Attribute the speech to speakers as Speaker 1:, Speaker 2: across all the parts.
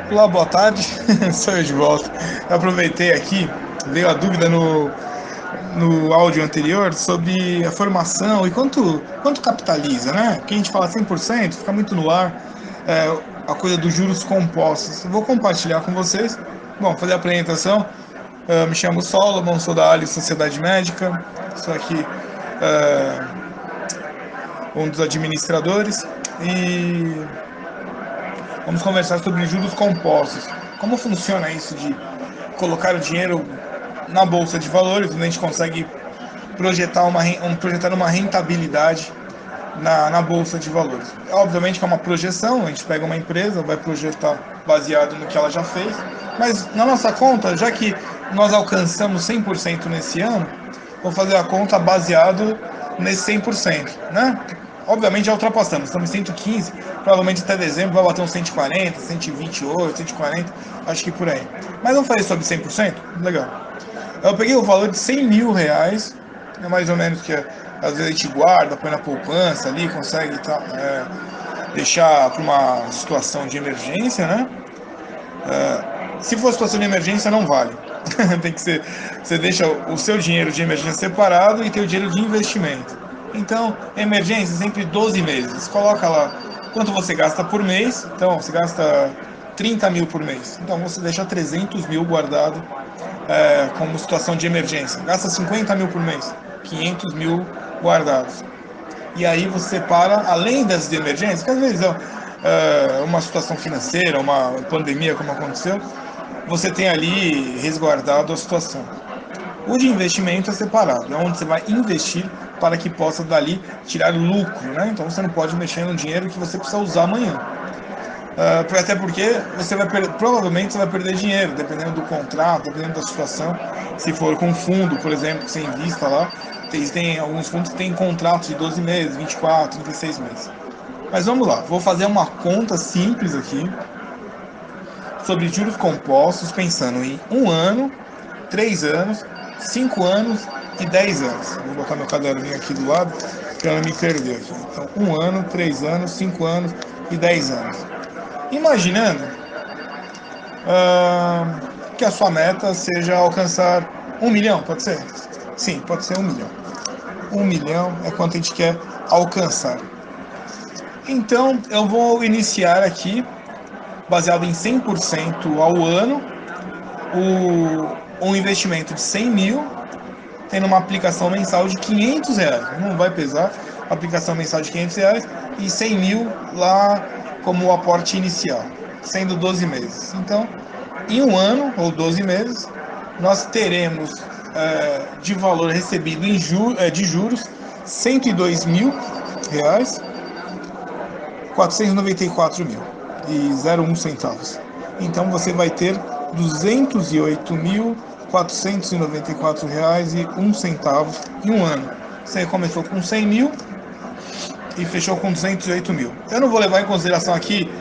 Speaker 1: Olá, boa tarde. Sou eu de volta. Eu aproveitei aqui, veio a dúvida no áudio anterior sobre a formação e quanto capitaliza, né? Porque a gente fala 100%, fica muito no ar, a coisa dos juros compostos. Eu vou compartilhar com vocês. Bom, fazer a apresentação. Me chamo Solomon, sou da Ali Sociedade Médica. Sou aqui um dos administradores e vamos conversar sobre juros compostos. Como funciona isso de colocar o dinheiro na bolsa de valores, onde a gente consegue projetar uma rentabilidade na bolsa de valores. Obviamente que é uma projeção, a gente pega uma empresa, vai projetar baseado no que ela já fez, mas na nossa conta, já que nós alcançamos 100% nesse ano, vou fazer a conta baseado nesse 100%, né? Obviamente já ultrapassamos, estamos em 115, provavelmente até dezembro vai bater uns 140, 128, 140, acho que por aí. Mas vamos fazer sobre 100%? Legal. Eu peguei o valor de 100 mil reais, é mais ou menos que às vezes a gente guarda, põe na poupança ali, consegue deixar para uma situação de emergência, né? Se for situação de emergência, não vale. Tem que ser, você deixa o seu dinheiro de emergência separado e tem o dinheiro de investimento. Então, emergência sempre 12 meses. Coloca lá quanto você gasta por mês. Então, você gasta 30 mil por mês. Então, você deixa 300 mil guardado como situação de emergência. Gasta 50 mil por mês. 500 mil guardados. E aí você separa, além das de emergência, que às vezes é uma situação financeira, uma pandemia como aconteceu, você tem ali resguardado a situação. O de investimento é separado, é onde você vai investir para que possa dali tirar lucro, né? Então você não pode mexer no dinheiro que você precisa usar amanhã. Até porque provavelmente você vai perder dinheiro, dependendo do contrato, dependendo da situação. Se for com fundo, por exemplo, que você invista lá, tem alguns fundos que têm contratos de 12 meses, 24, 36 meses. Mas vamos lá, vou fazer uma conta simples aqui sobre juros compostos, pensando em 1 ano, 3 anos, 5 anos e 10 anos. Vou botar meu caderninho aqui do lado para não me perder aqui. Então, 1 ano, 3 anos, 5 anos e 10 anos. Imaginando que a sua meta seja alcançar 1 milhão, pode ser? Sim, pode ser 1 milhão. 1 milhão é quanto a gente quer alcançar. Então, eu vou iniciar aqui, baseado em 100% ao ano, um investimento de 100 mil, tendo uma aplicação mensal de 500 reais. Não vai pesar, aplicação mensal de 500 reais e 100 mil lá como o aporte inicial, sendo 12 meses. Então, em 1 ano, ou 12 meses, nós teremos de valor recebido de juros 102 mil reais, 494 mil e 0,1 centavos. Então você vai ter 208.494 reais e 1 centavo em 1 ano. Você começou com 100 mil e fechou com 208 mil. Eu não vou levar em consideração aqui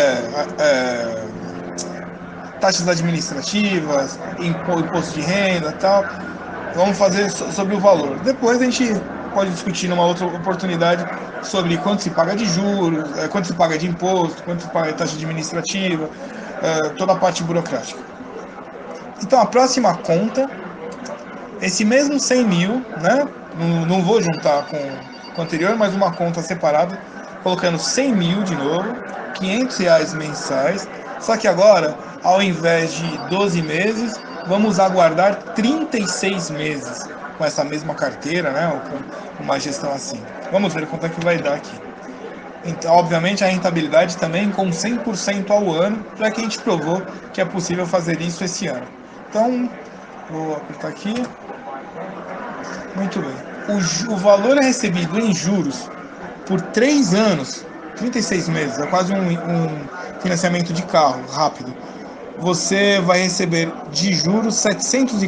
Speaker 1: taxas administrativas, imposto de renda e tal. Vamos fazer sobre o valor. Depois a gente pode discutir numa outra oportunidade sobre quanto se paga de juros, quanto se paga de imposto, quanto se paga de taxa administrativa, toda a parte burocrática. Então a próxima conta, esse mesmo 100 mil, né? Não vou juntar com o anterior, mas uma conta separada, colocando 100 mil de novo, 500 reais mensais, só que agora, ao invés de 12 meses, vamos aguardar 36 meses com essa mesma carteira, né? Ou com uma gestão assim. Vamos ver quanto é que vai dar aqui. Então, obviamente, a rentabilidade também com 100% ao ano, já que a gente provou que é possível fazer isso esse ano. Então, vou apertar aqui. Muito bem. O valor é recebido em juros por 3 anos, 36 meses, é quase um financiamento de carro rápido. Você vai receber de juros R$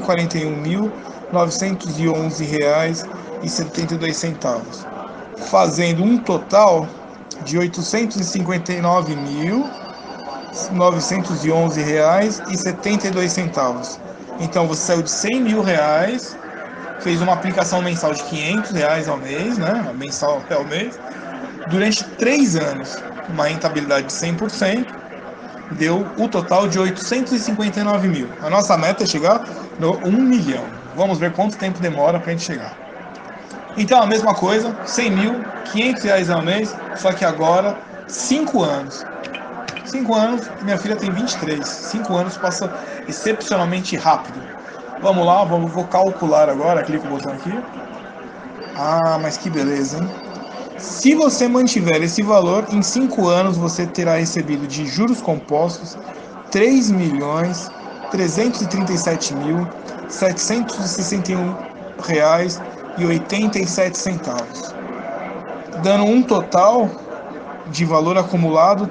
Speaker 1: 741.911,72, fazendo um total de R$ 859.911,72. Então você saiu de 100 mil reais, fez uma aplicação mensal de 500 reais ao mês, né? Mensal ao mês, durante 3 anos, uma rentabilidade de 100%, deu o total de 859 mil. A nossa meta é chegar no 1 milhão. Vamos ver quanto tempo demora para a gente chegar. Então, a mesma coisa, 100 mil, 500 reais ao mês, só que agora 5 anos. 5 anos, minha filha tem 23. 5 anos passa excepcionalmente rápido. Vamos lá, vou calcular agora, clica o botão aqui. Ah, mas que beleza, hein? Se você mantiver esse valor, em 5 anos você terá recebido de juros compostos R$ 3.337.761,87, dando um total de valor acumulado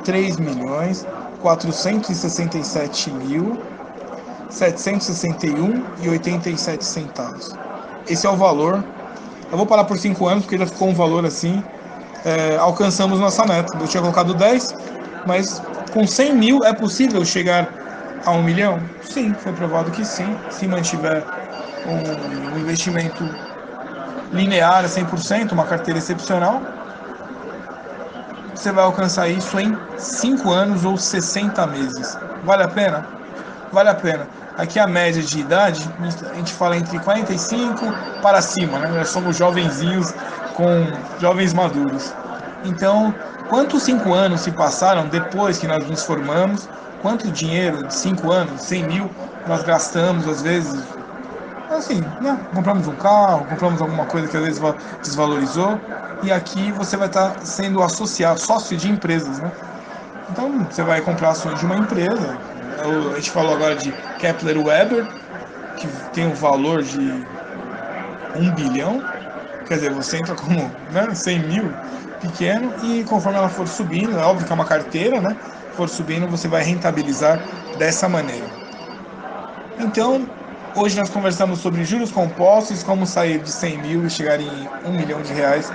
Speaker 1: R$ 3.467.761,87. Esse é o valor. Eu vou parar por 5 anos porque já ficou um valor assim. Alcançamos nossa meta. Eu tinha colocado 10, mas com 100 mil é possível chegar a 1 milhão? Sim, foi provado que sim. Se mantiver um investimento linear a 100%, uma carteira excepcional, você vai alcançar isso em 5 anos ou 60 meses. Vale a pena? Vale a pena. Aqui a média de idade, a gente fala entre 45 para cima, né? Nós somos jovenzinhos com jovens maduros. Então, quantos 5 anos se passaram depois que nós nos formamos? Quanto dinheiro de 5 anos, 100 mil, nós gastamos às vezes? Assim, né? Compramos um carro, compramos alguma coisa que às vezes desvalorizou. E aqui você vai estar sendo associado, sócio de empresas, né? Então, você vai comprar ações de uma empresa. A gente falou agora de Kepler Weber, que tem um valor de 1 bilhão. Quer dizer, você entra como 100 mil pequeno e conforme ela for subindo, é óbvio que é uma carteira, né? For subindo, você vai rentabilizar dessa maneira. Então, hoje nós conversamos sobre juros compostos, como sair de 100 mil e chegar em 1 milhão de reais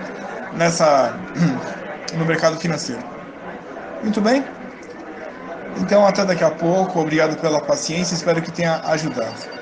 Speaker 1: no mercado financeiro. Muito bem? Então, até daqui a pouco. Obrigado pela paciência. Espero que tenha ajudado.